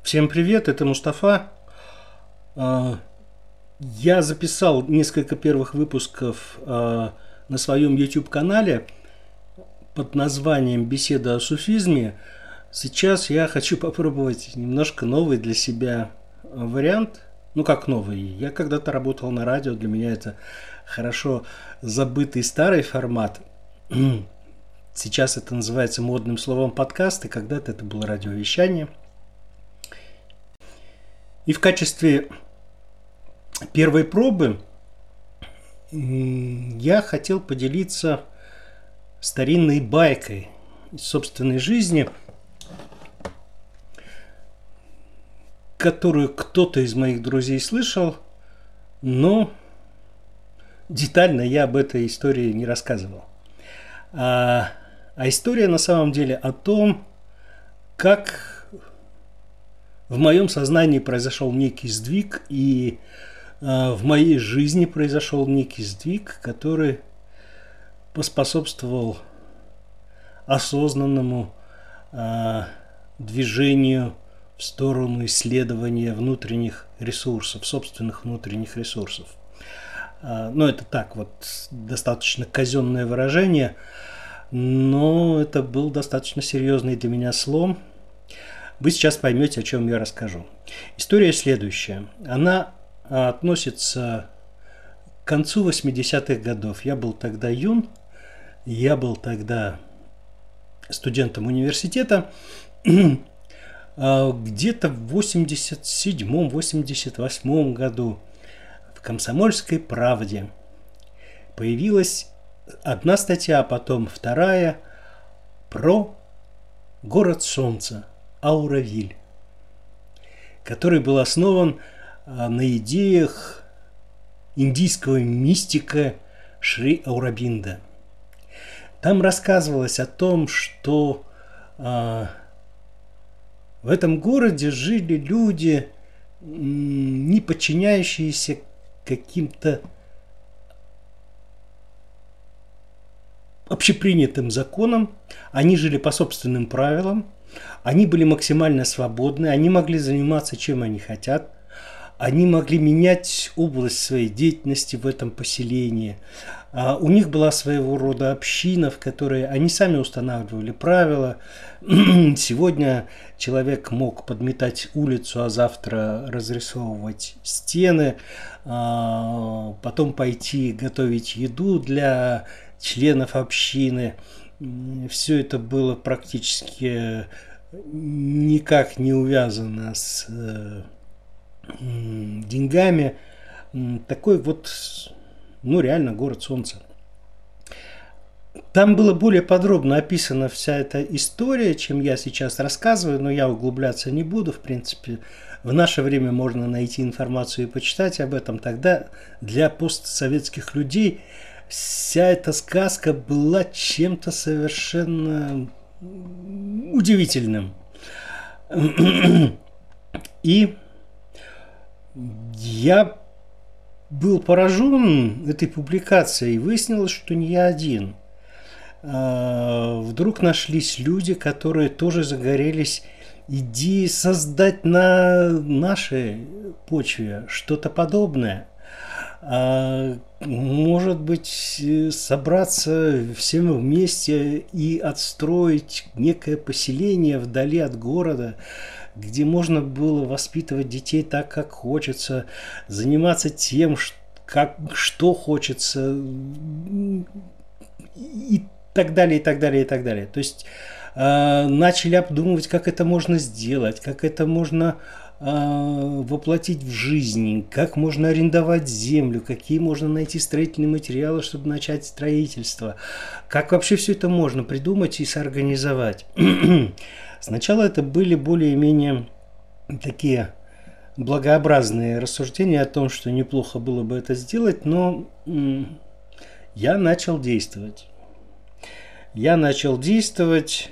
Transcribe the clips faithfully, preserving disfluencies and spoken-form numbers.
Всем привет, это Мустафа. А, Я записал несколько первых выпусков а, на своем YouTube-канале под названием «Беседа о суфизме». Сейчас я хочу попробовать немножко новый для себя вариант. Ну, как новый. Я когда-то работал на радио, для меня это хорошо забытый старый формат. Сейчас это называется модным словом подкаст, и когда-то это было радиовещание. И в качестве первой пробы я хотел поделиться старинной байкой из собственной жизни, которую кто-то из моих друзей слышал, но детально я об этой истории не рассказывал. А, а история на самом деле о том, как в моем сознании произошел некий сдвиг, и э, в моей жизни произошел некий сдвиг, который поспособствовал осознанному э, движению в сторону исследования внутренних ресурсов, собственных внутренних ресурсов. Э, ну, это так вот, достаточно казенное выражение, но это был достаточно серьезный для меня слом. Вы сейчас поймете, о чем я расскажу. История следующая. Она относится к концу восьмидесятых годов. Я был тогда юн, я был тогда студентом университета. Где-то в восемьдесят седьмом — восемьдесят восьмом году в «Комсомольской правде» появилась одна статья, а потом вторая про город солнца Ауравиль, который был основан на идеях индийского мистика Шри Аурабинда. Там рассказывалось о том, что а, в этом городе жили люди, не подчиняющиеся каким-то общепринятым законам. Они жили по собственным правилам. Они были максимально свободны, они могли заниматься чем они хотят, они могли менять область своей деятельности в этом поселении. У них была своего рода община, в которой они сами устанавливали правила. Сегодня человек мог подметать улицу, а завтра разрисовывать стены, потом пойти готовить еду для членов общины. Все это было практически никак не увязано с э, деньгами. Такой вот, ну реально, город солнца. Там было более подробно описана вся эта история, чем я сейчас рассказываю, но я углубляться не буду. В принципе, в наше время можно найти информацию и почитать об этом. Тогда для постсоветских людей вся эта сказка была чем-то совершенно удивительным. И я был поражен этой публикацией. Выяснилось, что не я один. Вдруг нашлись люди, которые тоже загорелись идеей создать на нашей почве что-то подобное. Может быть, собраться всем вместе и отстроить некое поселение вдали от города, где можно было воспитывать детей так, как хочется, заниматься тем, как, что хочется, и так далее, и так далее, и так далее. То есть начали обдумывать, как это можно сделать, как это можно воплотить в жизнь, как можно арендовать землю, какие можно найти строительные материалы, чтобы начать строительство, как вообще все это можно придумать и соорганизовать. Сначала это были более-менее такие благообразные рассуждения о том, что неплохо было бы это сделать, но я начал действовать. Я начал действовать.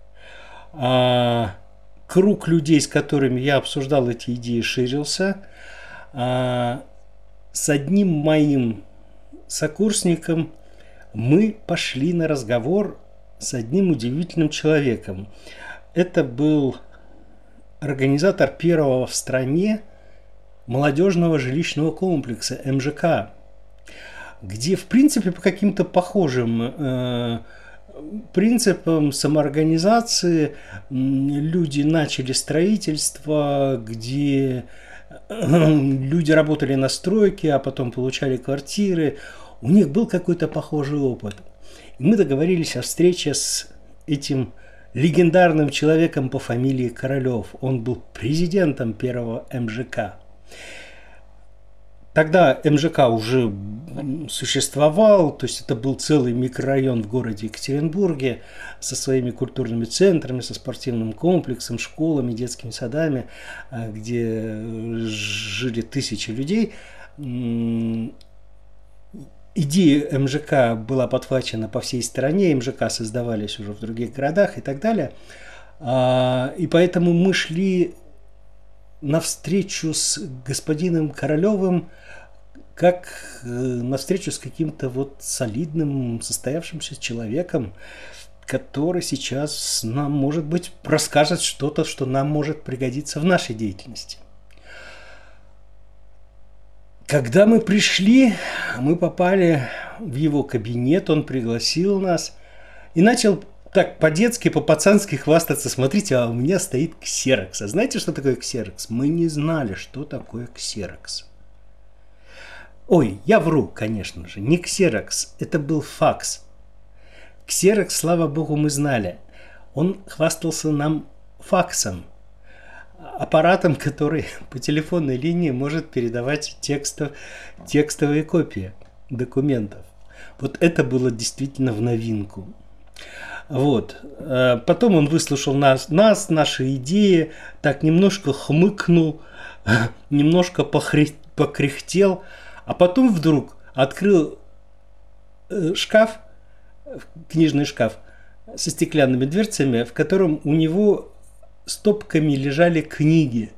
А Круг людей, с которыми я обсуждал эти идеи, ширился. С одним моим сокурсником мы пошли на разговор с одним удивительным человеком. Это был организатор первого в стране молодежного жилищного комплекса эм жэ ка, где, в принципе, по каким-то похожим э, принципам самоорганизации люди начали строительство, где люди работали на стройке, а потом получали квартиры. У них был какой-то похожий опыт. И мы договорились о встрече с этим легендарным человеком по фамилии Королев. Он был президентом первого эм жэ ка. Тогда эм жэ ка уже существовал, то есть это был целый микрорайон в городе Екатеринбурге со своими культурными центрами, со спортивным комплексом, школами, детскими садами, где жили тысячи людей. Идея эм жэ ка была подхвачена по всей стране, эм жэ ка создавались уже в других городах и так далее. И поэтому мы шли навстречу с господином Королевым как навстречу с каким-то вот солидным, состоявшимся человеком, который сейчас нам, может быть, расскажет что-то, что нам может пригодиться в нашей деятельности. Когда мы пришли, мы попали в его кабинет, он пригласил нас и начал так по-детски, по-пацански хвастаться. Смотрите, а у меня стоит ксерокс. А знаете, что такое ксерокс? Мы не знали, что такое ксерокс. Ой, я вру, конечно же, не ксерокс, это был факс. Ксерокс, слава богу, мы знали. Он хвастался нам факсом, аппаратом, который по телефонной линии может передавать текстов, текстовые копии документов. Вот это было действительно в новинку. Вот. Потом он выслушал нас, нас, наши идеи, так немножко хмыкнул, немножко похре... покряхтел, а потом вдруг открыл шкаф, книжный шкаф со стеклянными дверцами, в котором у него стопками лежали книги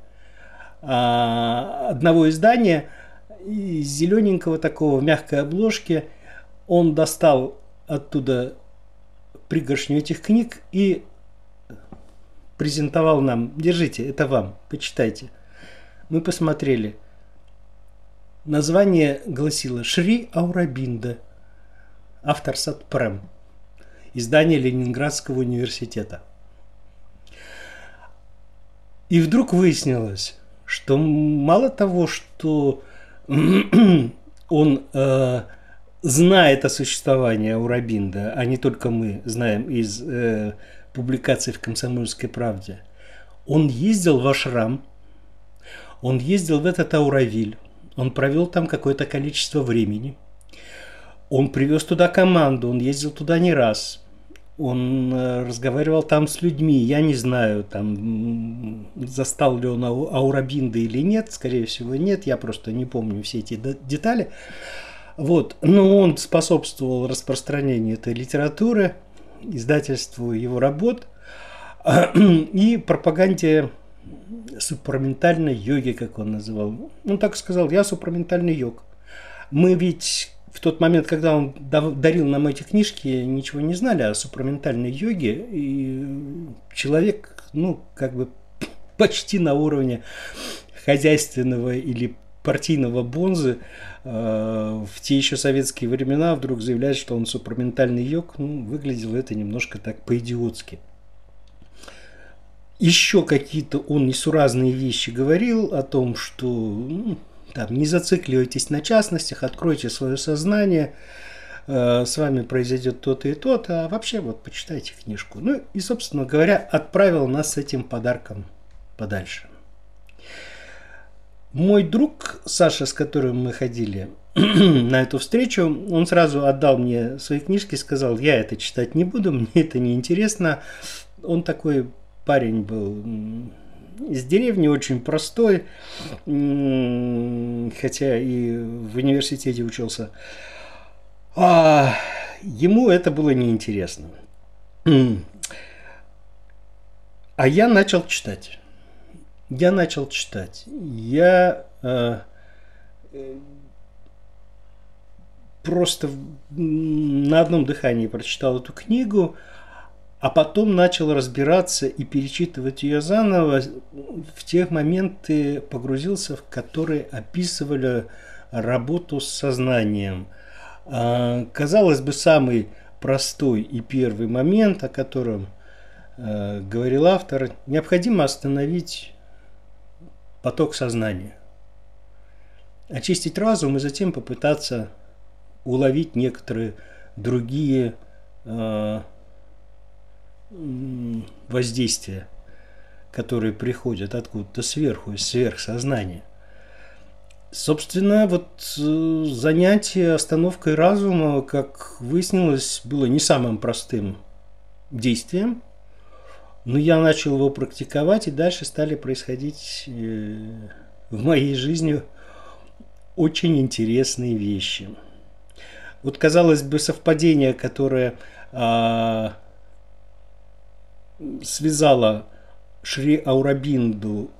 одного издания, из зелененького такого в мягкой обложке. Он достал оттуда пригоршню этих книг и презентовал нам. Держите, это вам, почитайте. Мы посмотрели. Название гласило «Шри Аурабинда», автор Сатпрем, издание Ленинградского университета. И вдруг выяснилось, что мало того, что он э, знает о существовании Аурабинда, а не только мы знаем из э, публикаций в «Комсомольской правде», он ездил в ашрам, он ездил в этот Ауравиль, он провел там какое-то количество времени, он привез туда команду, он ездил туда не раз, он э, разговаривал там с людьми, я не знаю, там застал ли он Аурабинда или нет, скорее всего нет, я просто не помню все эти детали. Вот. Но он способствовал распространению этой литературы, издательству его работ и пропаганде супраментальной йоги, как он называл. Он так сказал: я супраментальный йог. Мы ведь в тот момент, когда он дарил нам эти книжки, ничего не знали о супраментальной йоге. И человек, ну, как бы почти на уровне хозяйственного или партийного бонзы э, в те еще советские времена вдруг заявляет, что он супраментальный йог. Ну, выглядело это немножко так по-идиотски. Еще какие-то он несуразные вещи говорил о том, что ну, там, не зацикливайтесь на частностях, откройте свое сознание, э, с вами произойдет то-то и то-то, а вообще вот почитайте книжку. Ну и, собственно говоря, отправил нас с этим подарком подальше. Мой друг Саша, с которым мы ходили на эту встречу, он сразу отдал мне свои книжки и сказал: я это читать не буду, мне это не интересно. Он такой парень был из деревни, очень простой, хотя и в университете учился. А ему это было неинтересно. А я начал читать. Я начал читать. Я э, просто на одном дыхании прочитал эту книгу. а потом начал разбираться и перечитывать ее заново в те моменты, погрузился, в которые описывали работу с сознанием. Казалось бы, самый простой и первый момент, о котором э, говорил автор, необходимо остановить поток сознания, очистить разум и затем попытаться уловить некоторые другие э, воздействия, которые приходят откуда-то сверху, из сверхсознания. Собственно, вот занятие остановкой разума, как выяснилось, было не самым простым действием, но я начал его практиковать, и дальше стали происходить в моей жизни очень интересные вещи. Вот, казалось бы, совпадение, которое а, связало Шри Аурабинду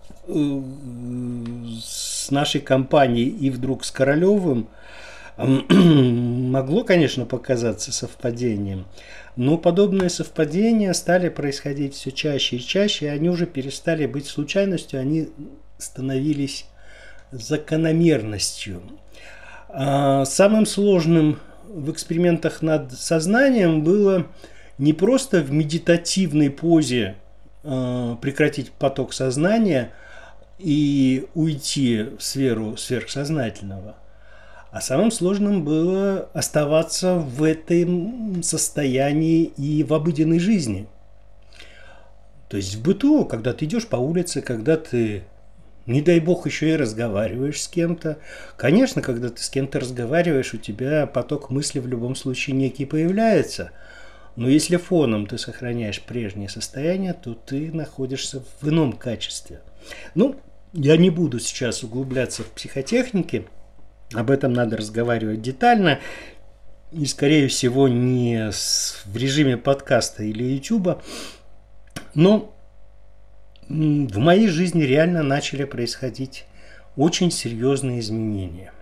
с нашей компанией и вдруг с Королевым, могло, конечно, показаться совпадением, но подобные совпадения стали происходить все чаще и чаще, и они уже перестали быть случайностью, они становились закономерностью. Самым сложным в экспериментах над сознанием было не просто в медитативной позе прекратить поток сознания и уйти в сферу сверхсознательного. А самым сложным было оставаться в этом состоянии и в обыденной жизни. То есть в быту, когда ты идешь по улице, когда ты, не дай бог, еще и разговариваешь с кем-то. Конечно, когда ты с кем-то разговариваешь, у тебя поток мысли в любом случае некий появляется. Но если фоном ты сохраняешь прежнее состояние, то ты находишься в ином качестве. Ну, я не буду сейчас углубляться в психотехники, об этом надо разговаривать детально, и, скорее всего, не в режиме подкаста или ютуба, но в моей жизни реально начали происходить очень серьезные изменения.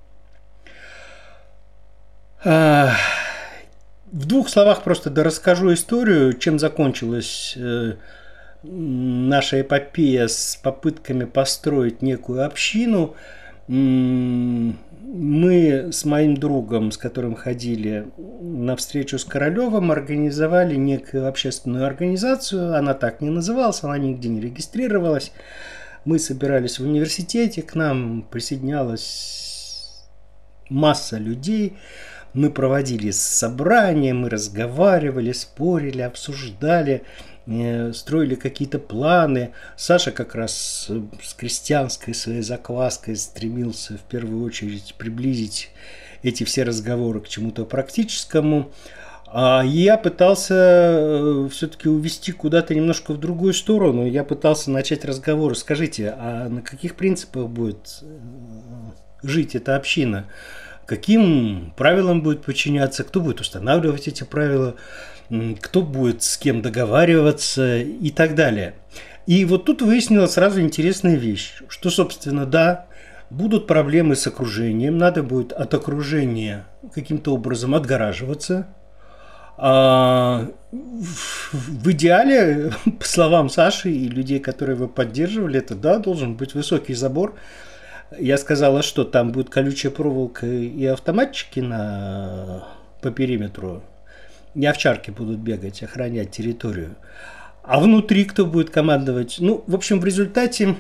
В двух словах просто дорасскажу историю, чем закончилась наша эпопея с попытками построить некую общину. Мы с моим другом, с которым ходили на встречу с Королевым, организовали некую общественную организацию. Она так не называлась, она нигде не регистрировалась. Мы собирались в университете, к нам присоединялась масса людей. Мы проводили собрания, мы разговаривали, спорили, обсуждали, строили какие-то планы. Саша как раз с крестьянской своей закваской стремился в первую очередь приблизить эти все разговоры к чему-то практическому. А я пытался все-таки увести куда-то немножко в другую сторону. Я пытался начать разговор. Скажите, а на каких принципах будет жить эта община? Каким правилам будет подчиняться? Кто будет устанавливать эти правила? Кто будет с кем договариваться и так далее. И вот тут выяснилась сразу интересная вещь, что, собственно, да, будут проблемы с окружением, надо будет от окружения каким-то образом отгораживаться. А в идеале, по словам Саши и людей, которые его поддерживали, это да, должен быть высокий забор. Я сказала, что там будет колючая проволока и автоматчики на, по периметру. Не овчарки будут бегать, охранять территорию. А внутри кто будет командовать? Ну, в общем, в результате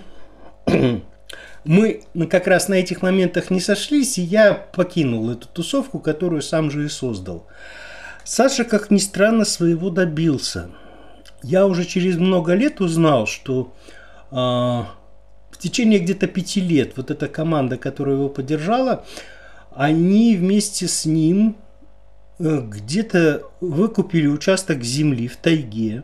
мы как раз на этих моментах не сошлись, и я покинул эту тусовку, которую сам же и создал. Саша, как ни странно, своего добился. Я уже через много лет узнал, что э, в течение где-то пяти лет вот эта команда, которая его поддержала, они вместе с ним где-то выкупили участок земли в тайге,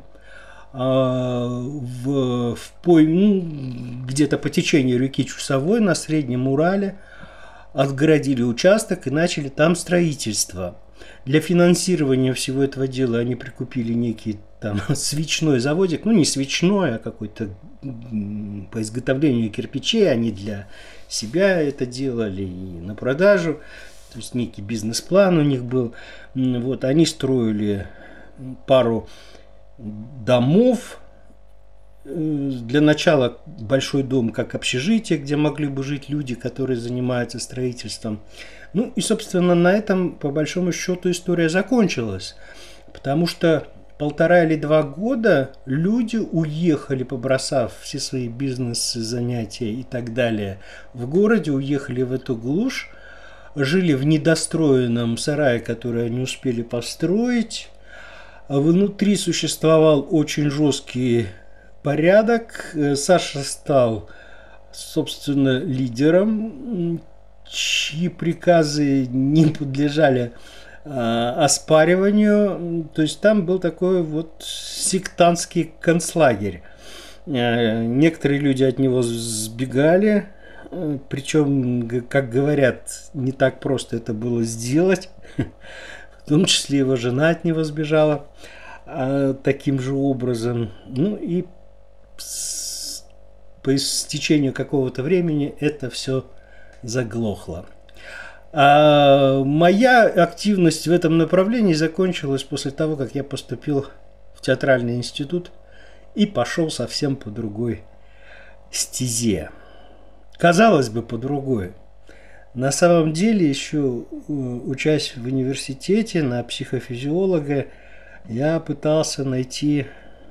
в, в пой, ну, где-то по течению реки Чусовой на Среднем Урале, отгородили участок и начали там строительство. Для финансирования всего этого дела они прикупили некий там свечной заводик, ну не свечной, а какой-то по изготовлению кирпичей, они для себя это делали и на продажу. То есть некий бизнес-план у них был. Вот, они строили пару домов. Для начала большой дом как общежитие, где могли бы жить люди, которые занимаются строительством. Ну и, собственно, на этом, по большому счету, история закончилась. Потому что полтора или два года люди уехали, побросав все свои бизнесы, занятия и так далее в городе, уехали в эту глушь, жили в недостроенном сарае, который они успели построить. Внутри существовал очень жесткий порядок. Саша стал, собственно, лидером, чьи приказы не подлежали оспариванию. То есть там был такой вот сектантский концлагерь. Некоторые люди от него сбегали, причем, как говорят, не так просто это было сделать. В том числе его жена от него сбежала таким же образом. Ну и по истечению какого-то времени это все заглохло. А моя активность в этом направлении закончилась после того, как я поступил в театральный институт и пошел совсем по другой стезе. Казалось бы, по другой. На самом деле, еще учась в университете на психофизиолога, я пытался найти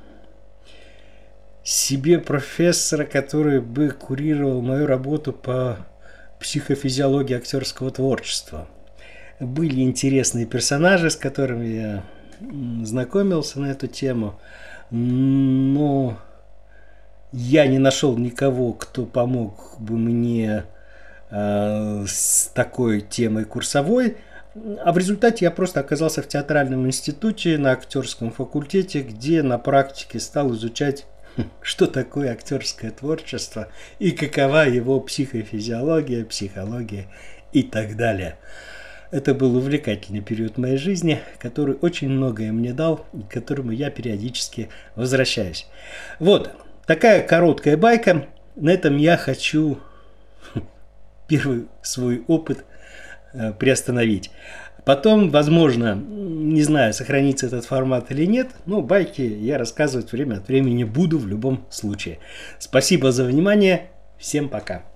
себе профессора, который бы курировал мою работу по психофизиологии актерского творчества. Были интересные персонажи, с которыми я знакомился на эту тему, но я не нашел никого, кто помог бы мне э, с такой темой курсовой. А в результате я просто оказался в театральном институте на актерском факультете, где на практике стал изучать, что такое актерское творчество и какова его психофизиология, психология и так далее. Это был увлекательный период моей жизни, который очень многое мне дал, и к которому я периодически возвращаюсь. Вот, такая короткая байка. На этом я хочу первый свой опыт приостановить. Потом, возможно, не знаю, сохранится этот формат или нет, но байки я рассказывать время от времени буду в любом случае. Спасибо за внимание. Всем пока.